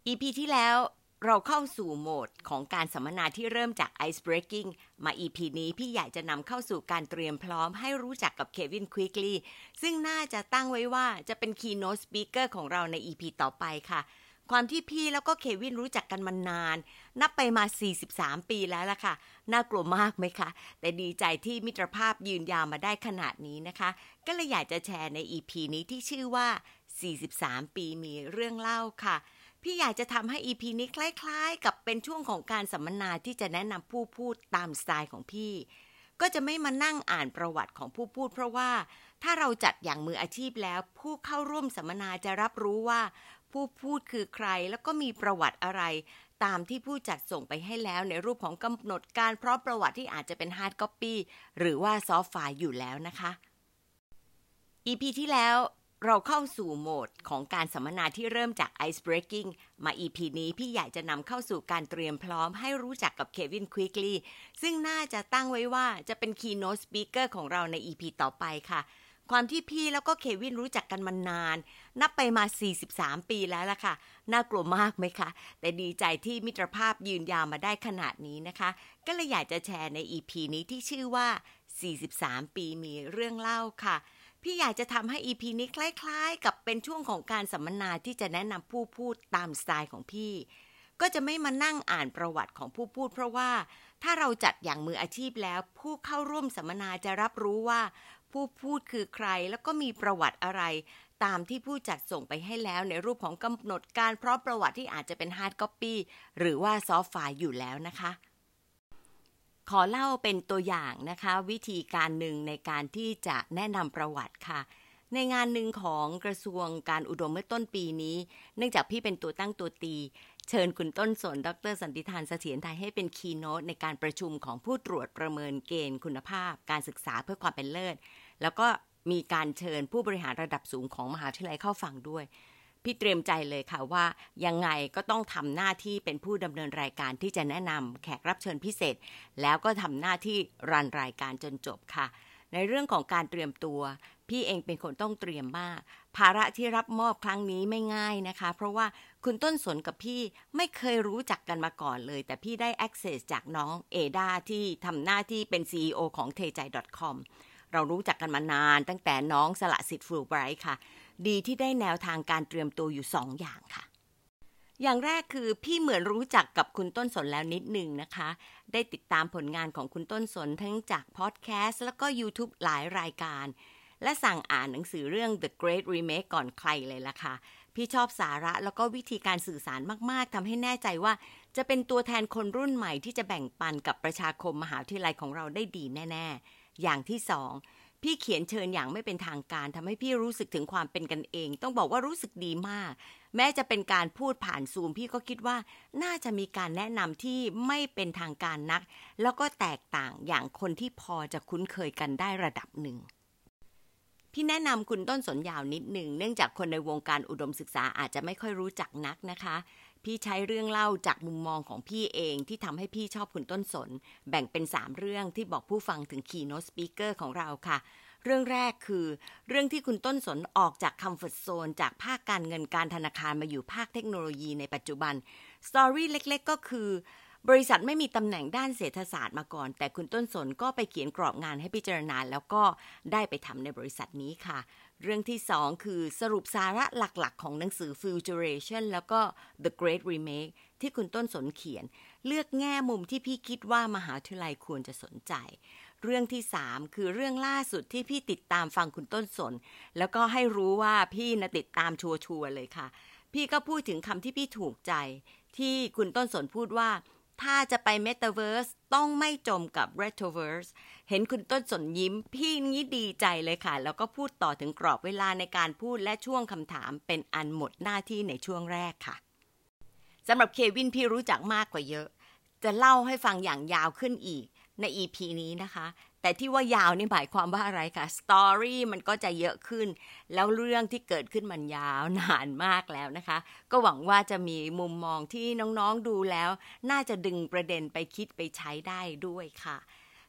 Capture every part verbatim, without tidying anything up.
อี พี ที่แล้วเราเข้าสู่โหมดของการสัมมนาที่เริ่มจาก Ice Breaking มา อี พี นี้พี่อยากจะนำเข้าสู่การเตรียมพร้อมให้รู้จักกับเควิน ควิกลีย์ซึ่งน่าจะตั้งไว้ว่าจะเป็น Keynote Speaker ของเราใน อี พี ต่อไปค่ะความที่พี่แล้วก็เควินรู้จักกันมานานนับไปมาสี่สิบสามปีแล้วล่ะค่ะน่ากลัวมากไหมคะแต่ดีใจที่มิตรภาพยืนยาวมาได้ขนาดนี้นะคะก็เลยอยากจะแชร์ใน อี พี นี้ที่ชื่อว่าสี่สิบสามปีมีเรื่องเล่าค่ะพี่อยากจะทำให้ อี พี นี้คล้ายๆกับเป็นช่วงของการสัมมนาที่จะแนะนำผู้พูดตามสไตล์ของพี่ก็จะไม่มานั่งอ่านประวัติของผู้พูดเพราะว่าถ้าเราจัดอย่างมืออาชีพแล้วผู้เข้าร่วมสัมมนาจะรับรู้ว่าผู้พูดคือใครแล้วก็มีประวัติอะไรตามที่ผู้จัดส่งไปให้แล้วในรูปของกำหนดการเพราะประวัติที่อาจจะเป็นฮาร์ดคอปปี้หรือว่าซอฟต์ไฟล์อยู่แล้วนะคะ อี พี ที่แล้วเราเข้าสู่โหมดของการสัมมนาที่เริ่มจาก Ice Breaking มา อี พี นี้พี่อยากจะนำเข้าสู่การเตรียมพร้อมให้รู้จักกับเควิน ควิกลีย์ซึ่งน่าจะตั้งไว้ว่าจะเป็น Keynote Speaker ของเราใน อี พี ต่อไปค่ะความที่พี่แล้วก็เควินรู้จักกันมานานนับไปมาสี่สิบสามปีแล้วล่ะค่ะน่ากลัวมากไหมคะแต่ดีใจที่มิตรภาพยืนยาวมาได้ขนาดนี้นะคะก็เลยอยากจะแชร์ใน อี พี นี้ที่ชื่อว่าสี่สิบสามปีมีเรื่องเล่าค่ะพี่อยากจะทำให้ อี พี นี้คล้ายๆกับเป็นช่วงของการสัมมนาที่จะแนะนำผู้พูดตามสไตล์ของพี่ก็จะไม่มานั่งอ่านประวัติของผู้พูดเพราะว่าถ้าเราจัดอย่างมืออาชีพแล้วผู้เข้าร่วมสัมมนาจะรับรู้ว่าผู้พูดคือใครแล้วก็มีประวัติอะไรตามที่ผู้จัดส่งไปให้แล้วในรูปของกำหนดการเพราะประวัติที่อาจจะเป็นฮาร์ดคอปปี้หรือว่าซอฟต์ไฟล์อยู่แล้วนะคะขอเล่าเป็นตัวอย่างนะคะวิธีการหนึ่งในการที่จะแนะนำประวัติค่ะในงานหนึ่งของกระทรวงการอุดมเมื่อต้นปีนี้เนื่องจากพี่เป็นตัวตั้งตัวตีเชิญคุณต้นสนดรสันติธานเสถียรไทยให้เป็นคีย์โน้ตในการประชุมของผู้ตรวจประเมินเกณฑ์คุณภาพการศึกษาเพื่อความเป็นเลิศแล้วก็มีการเชิญผู้บริหารระดับสูงของมหาวิทยาลัยเข้าฟังด้วยพี่เตรียมใจเลยค่ะว่ายังไงก็ต้องทำหน้าที่เป็นผู้ดำเนินรายการที่จะแนะนำแขกรับเชิญพิเศษแล้วก็ทำหน้าที่รันรายการจนจบค่ะในเรื่องของการเตรียมตัวพี่เองเป็นคนต้องเตรียมมากภาระที่รับมอบครั้งนี้ไม่ง่ายนะคะเพราะว่าคุณต้นสนกับพี่ไม่เคยรู้จักกันมาก่อนเลยแต่พี่ได้ access จากน้องเอดาที่ทำหน้าที่เป็น ซี อี โอ ของ เทใจ ดอท คอม เรารู้จักกันมานานตั้งแต่น้องสละสิทธิ์ฟูลไบรท์ค่ะดีที่ได้แนวทางการเตรียมตัวอยู่สองอย่างค่ะอย่างแรกคือพี่เหมือนรู้จักกับคุณต้นสนแล้วนิดนึงนะคะได้ติดตามผลงานของคุณต้นสนทั้งจากพอดแคสต์แล้วก็ YouTube หลายรายการและสั่งอ่านหนังสือเรื่อง The Great Remake ก่อนใครเลยล่ะค่ะพี่ชอบสาระแล้วก็วิธีการสื่อสารมากๆทำให้แน่ใจว่าจะเป็นตัวแทนคนรุ่นใหม่ที่จะแบ่งปันกับประชาคมมหาวิทยาลัยของเราได้ดีแน่ๆอย่างที่สองพี่เขียนเชิญอย่างไม่เป็นทางการทำให้พี่รู้สึกถึงความเป็นกันเองต้องบอกว่ารู้สึกดีมากแม้จะเป็นการพูดผ่านซูมพี่ก็คิดว่าน่าจะมีการแนะนำที่ไม่เป็นทางการนักแล้วก็แตกต่างอย่างคนที่พอจะคุ้นเคยกันได้ระดับหนึ่งพี่แนะนำคุณต้นสนยาวนิดหนึ่งเนื่องจากคนในวงการอุดมศึกษาอาจจะไม่ค่อยรู้จักนักนะคะพี่ใช้เรื่องเล่าจากมุมมองของพี่เองที่ทำให้พี่ชอบคุณต้นสนแบ่งเป็นสามเรื่องที่บอกผู้ฟังถึง Keynote Speaker ของเราค่ะเรื่องแรกคือเรื่องที่คุณต้นสนออกจาก Comfort Zone จากภาคการเงินการธนาคารมาอยู่ภาคเทคโนโลยีในปัจจุบันสตอรี่เล็กๆก็คือบริษัทไม่มีตำแหน่งด้านเศรษฐศาสตร์มาก่อนแต่คุณต้นสนก็ไปเขียนกรอบงานให้พิจารณาแล้วก็ได้ไปทำในบริษัทนี้ค่ะเรื่องที่สองคือสรุปสาระหลักๆของหนังสือ Futuration แล้วก็ The Great Remake ที่คุณต้นสนเขียนเลือกแง่มุมที่พี่คิดว่ามหาวิทยาลัยควรจะสนใจเรื่องที่สามคือเรื่องล่าสุดที่พี่ติดตามฟังคุณต้นสนแล้วก็ให้รู้ว่าพี่นะติดตามชัวร์ๆเลยค่ะพี่ก็พูดถึงคำที่พี่ถูกใจที่คุณต้นสนพูดว่าถ้าจะไป Metaverse ต้องไม่จมกับ Retroverse เห็นคุณต้นสนยิ้มพี่นี้ดีใจเลยค่ะแล้วก็พูดต่อถึงกรอบเวลาในการพูดและช่วงคำถามเป็นอันหมดหน้าที่ในช่วงแรกค่ะสำหรับเควินพี่รู้จักมากกว่าเยอะจะเล่าให้ฟังอย่างยาวขึ้นอีกใน อี พี นี้นะคะแต่ที่ว่ายาวนี่หมายความว่าอะไรคะสตอรี่มันก็จะเยอะขึ้นแล้วเรื่องที่เกิดขึ้นมันยาวนานมากแล้วนะคะก็หวังว่าจะมีมุมมองที่น้องๆดูแล้วน่าจะดึงประเด็นไปคิดไปใช้ได้ด้วยค่ะ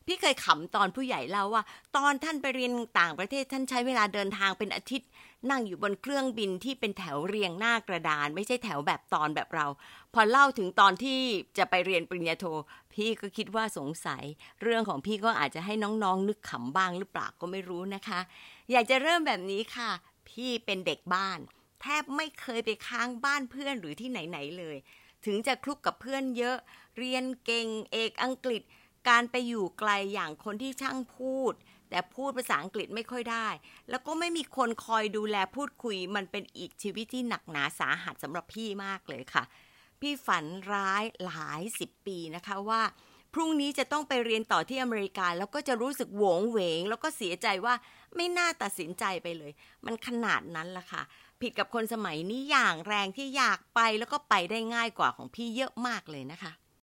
พี่เคยขำตอนผู้ใหญ่เล่าว่าตอนท่านไปเรียนต่างประเทศท่านใช้เวลาเดินทางเป็นอาทิตย์นั่งอยู่บนเครื่องบินที่เป็นแถวเรียงหน้ากระดานไม่ใช่แถวแบบตอนแบบเราพอเล่าถึงตอนที่จะไปเรียนปริญญาโทพี่ก็คิดว่าสงสัยเรื่องของพี่ก็อาจจะให้น้องๆนึกขำบ้างหรือเปล่าก็ไม่รู้นะคะอยากจะเริ่มแบบนี้ค่ะพี่เป็นเด็กบ้านแทบไม่เคยไปค้างบ้านเพื่อนหรือที่ไหนๆเลยถึงจะคลุกกับเพื่อนเยอะเรียนเก่งเอกอังกฤษการไปอยู่ไกลอย่างคนที่ช่างพูดแต่พูดภาษาอังกฤษไม่ค่อยได้แล้วก็ไม่มีคนคอยดูแลพูดคุยมันเป็นอีกชีวิตที่หนักหนาสาหัสสำหรับพี่มากเลยค่ะพี่ฝันร้ายหลายสิบปีนะคะว่าพรุ่งนี้จะต้องไปเรียนต่อที่อเมริกาแล้วก็จะรู้สึกโหวงเหวงแล้วก็เสียใจว่าไม่น่าตัดสินใจไปเลยมันขนาดนั้นล่ะค่ะผิดกับคนสมัยนี้อย่างแรงที่อยากไปแล้วก็ไปได้ง่ายกว่าของพี่เยอะมากเลยนะคะ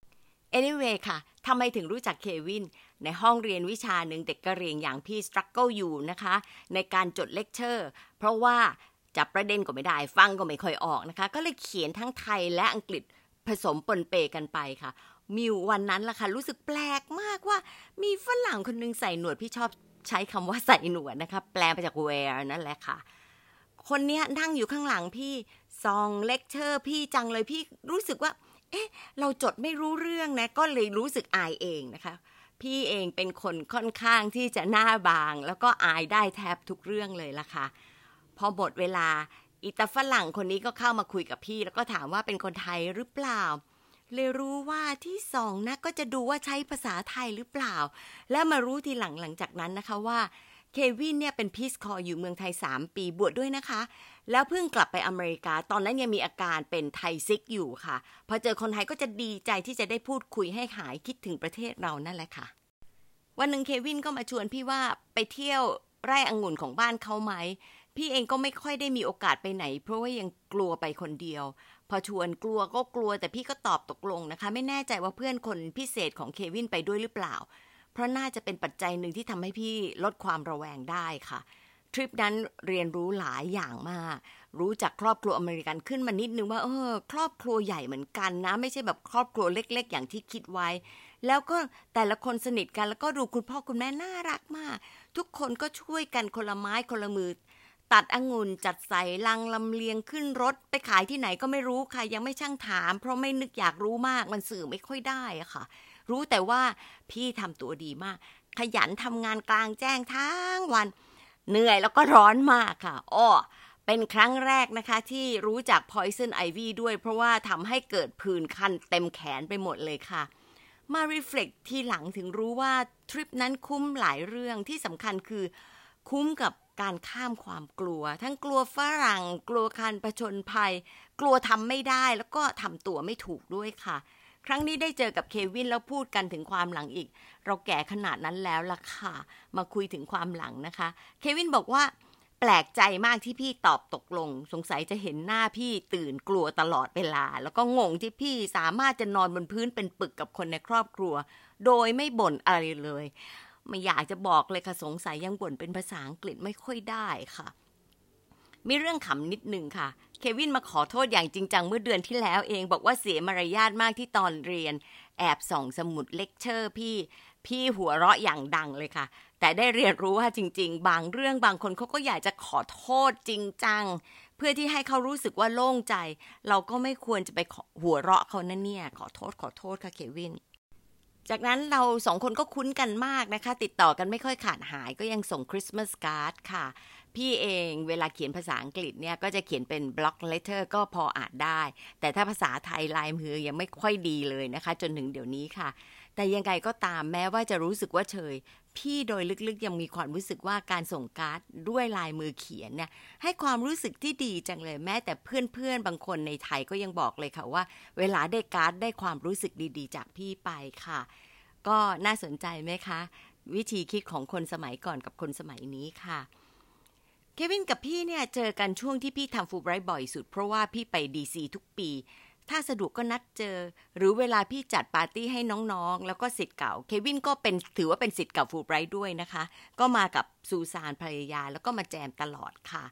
anyway ค่ะทำไมถึงรู้จักเควินในห้องเรียนวิชาหนึ่งเด็กกระเหรี่ยงอย่างพี่ struggle อยู่นะคะในการจดเลคเชอร์เพราะว่าจับประเด็นก็ไม่ได้ฟังก็ไม่ค่อยออกนะคะก็เลยเขียนทั้งไทยและอังกฤษผสมปนเปกันไปค่ะมีวันนั้นล่ะค่ะรู้สึกแปลกมากว่ามีฝรั่งคนนึงใส่หนวดพี่ชอบใช้คำว่าใส่หนวดนะคะแปลมาจาก wear นั่นแหละค่ะคนเนี้ยนั่งอยู่ข้างหลังพี่ซองเลคเชอร์พี่จังเลยพี่รู้สึกว่าเอ๊ะเราจดไม่รู้เรื่องนะก็เลยรู้สึกอายเองนะคะพี่เองเป็นคนค่อนข้างที่จะหน้าบางแล้วก็อายได้แทบทุกเรื่องเลยล่ะค่ะพอหมดเวลาอีตาฝรั่งคนนี้ก็เข้ามาคุยกับพี่แล้วก็ถามว่าเป็นคนไทยหรือเปล่าเลยรู้ว่าที่สองนะก็จะดูว่าใช้ภาษาไทยหรือเปล่าแล้วมารู้ทีหลังหลังจากนั้นนะคะว่าเควินเนี่ยเป็นพีซคอร์อยู่เมืองไทยสามปีบวชด้วยนะคะแล้วเพิ่งกลับไปอเมริกาตอนนั้นยังมีอาการเป็นไทซิกอยู่ค่ะพอเจอคนไทยก็จะดีใจที่จะได้พูดคุยให้หายคิดถึงประเทศเรานั่นแหละค่ะวันหนึ่งเควินก็มาชวนพี่ว่าไปเที่ยวไร่องุ่นของบ้านเขาไหมพี่เองก็ไม่ค่อยได้มีโอกาสไปไหนเพราะว่ายังกลัวไปคนเดียวพอชวนกลัวก็กลัวแต่พี่ก็ตอบตกลงนะคะไม่แน่ใจว่าเพื่อนคนพิเศษของเควินไปด้วยหรือเปล่าเพราะน่าจะเป็นปัจจัยหนึ่งที่ทำให้พี่ลดความระแวงได้ค่ะทริปนั้นเรียนรู้หลายอย่างมากรู้จักครอบครัวอเมริกันขึ้นมานิดนึงว่าเออครอบครัวใหญ่เหมือนกันนะไม่ใช่แบบครอบครัวเล็กๆอย่างที่คิดไว้แล้วก็แต่ละคนสนิทกันแล้วก็ดูคุณพ่อคุณแม่น่ารักมากทุกคนก็ช่วยกันคนละไม้คนละมือตัดองุ่นจัดใส่ลังลำเลียงขึ้นรถไปขายที่ไหนก็ไม่รู้ค่ะยังไม่ช่างถามเพราะไม่นึกอยากรู้มากมันสื่อไม่ค่อยได้อะค่ะรู้แต่ว่าพี่ทำตัวดีมากขยันทำงานกลางแจ้งทั้งวันเหนื่อยแล้วก็ร้อนมากค่ะอ้อเป็นครั้งแรกนะคะที่รู้จัก Poison Ivy ด้วยเพราะว่าทำให้เกิดผื่นคันเต็มแขนไปหมดเลยค่ะมา reflect ทีหลังถึงรู้ว่าทริปนั้นคุ้มหลายเรื่องที่สำคัญคือคุ้มกับการข้ามความกลัวทั้งกลัวฝรั่งกลัวการผจญภัยกลัวทำไม่ได้แล้วก็ทำตัวไม่ถูกด้วยค่ะครั้งนี้ได้เจอกับเควินแล้วพูดกันถึงความหลังอีกเราแก่ขนาดนั้นแล้วล่ะค่ะมาคุยถึงความหลังนะคะเควินบอกว่าแปลกใจมากที่พี่ตอบตกลงสงสัยจะเห็นหน้าพี่ตื่นกลัวตลอดเวลาแล้วก็งงที่พี่สามารถจะนอนบนพื้นเป็นปึกกับคนในครอบครัวโดยไม่บ่นอะไรเลยไม่อยากจะบอกเลยค่ะสงสัยยังบ่นเป็นภาษาอังกฤษไม่ค่อยได้ค่ะมีเรื่องขำนิดนึงค่ะเควินมาขอโทษอย่างจริงจังเมื่อเดือนที่แล้วเองบอกว่าเสียมารยาทมากที่ตอนเรียนแอบส่องสมุดเลคเชอร์พี่พี่หัวเราะอย่างดังเลยค่ะแต่ได้เรียนรู้ว่าจริงๆบางเรื่องบางคนเขาก็อยากจะขอโทษจริงจังเพื่อที่ให้เขารู้สึกว่าโล่งใจเราก็ไม่ควรจะไปหัวเราะเขานั่นเนี่ยขอโทษขอโทษค่ะเควินจากนั้นเราสองคนก็คุ้นกันมากนะคะติดต่อกันไม่ค่อยขาดหายก็ยังส่งคริสต์มาสการ์ดค่ะพี่เองเวลาเขียนภาษาอังกฤษเนี่ยก็จะเขียนเป็นบล็อกเลตเตอร์ก็พออ่านได้แต่ถ้าภาษาไทยลายมือยังไม่ค่อยดีเลยนะคะจนถึงเดี๋ยวนี้ค่ะแต่ยังไงก็ตามแม้ว่าจะรู้สึกว่าเฉยพี่โดยลึกๆยังมีความรู้สึกว่าการส่งการ์ดด้วยลายมือเขียนเนี่ยให้ความรู้สึกที่ดีจังเลยแม้แต่เพื่อนๆบางคนในไทยก็ยังบอกเลยค่ะว่าเวลาได้การ์ดได้ความรู้สึกดีๆจากพี่ไปค่ะก็น่าสนใจไหมคะวิธีคิดของคนสมัยก่อนกับคนสมัยนี้ค่ะเควินกับพี่เนี่ยเจอกันช่วงที่พี่ทำฟูลไบรท์บ่อยสุดเพราะว่าพี่ไปดีซีทุกปีถ้าสะดวกก็นัดเจอหรือเวลาพี่จัดปาร์ตี้ให้น้องๆแล้วก็ศิษย์เก่าเควินก็เป็นถือว่าเป็นศิษย์เก่าฟูลไบรท์ด้วยนะคะก็มากับซูซานภรรยาแล้วก็มาแจมตลอดค่ะเค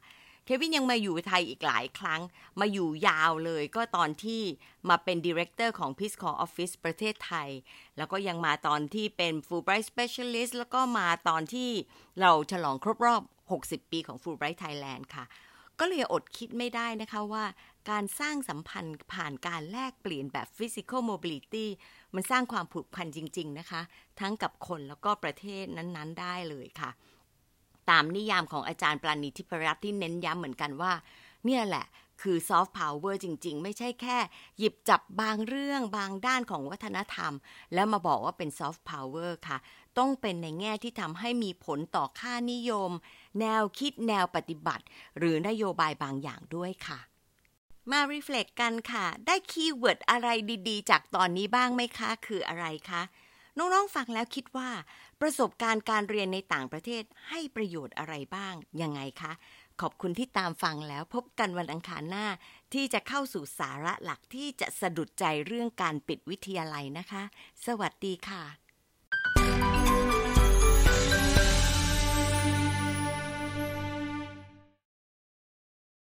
วินยังมาอยู่ไทยอีกหลายครั้งมาอยู่ยาวเลยก็ตอนที่มาเป็น Director ของ Peace Corps Office ประเทศไทยแล้วก็ยังมาตอนที่เป็น Fulbright Specialist แล้วก็มาตอนที่เราฉลองครบรอบหกสิบปีของ Fulbright Thailand ค่ะก็เลยอดคิดไม่ได้นะคะว่าการสร้างสัมพันธ์ผ่านการแลกเปลี่ยนแบบ Physical Mobility มันสร้างความผูกพันจริงๆนะคะทั้งกับคนแล้วก็ประเทศนั้นๆได้เลยค่ะตามนิยามของอาจารย์ปราณีทิพรัตน์ที่เน้นย้ำเหมือนกันว่าเนี่ยแหละคือซอฟต์พาวเวอร์จริงๆไม่ใช่แค่หยิบจับบางเรื่องบางด้านของวัฒนธรรมแล้วมาบอกว่าเป็นซอฟต์พาวเวอร์ค่ะต้องเป็นในแง่ที่ทำให้มีผลต่อค่านิยมแนวคิดแนวปฏิบัติหรือนโยบายบางอย่างด้วยค่ะมารีเฟล็กกันค่ะได้คีย์เวิร์ดอะไรดีๆจากตอนนี้บ้างไหมคะคืออะไรคะน้องๆฟังแล้วคิดว่าประสบการณ์การเรียนในต่างประเทศให้ประโยชน์อะไรบ้างยังไงคะขอบคุณที่ตามฟังแล้วพบกันวันอังคารหน้าที่จะเข้าสู่สาระหลักที่จะสะดุดใจเรื่องการปิดวิทยาลัยนะคะสวัสดีค่ะ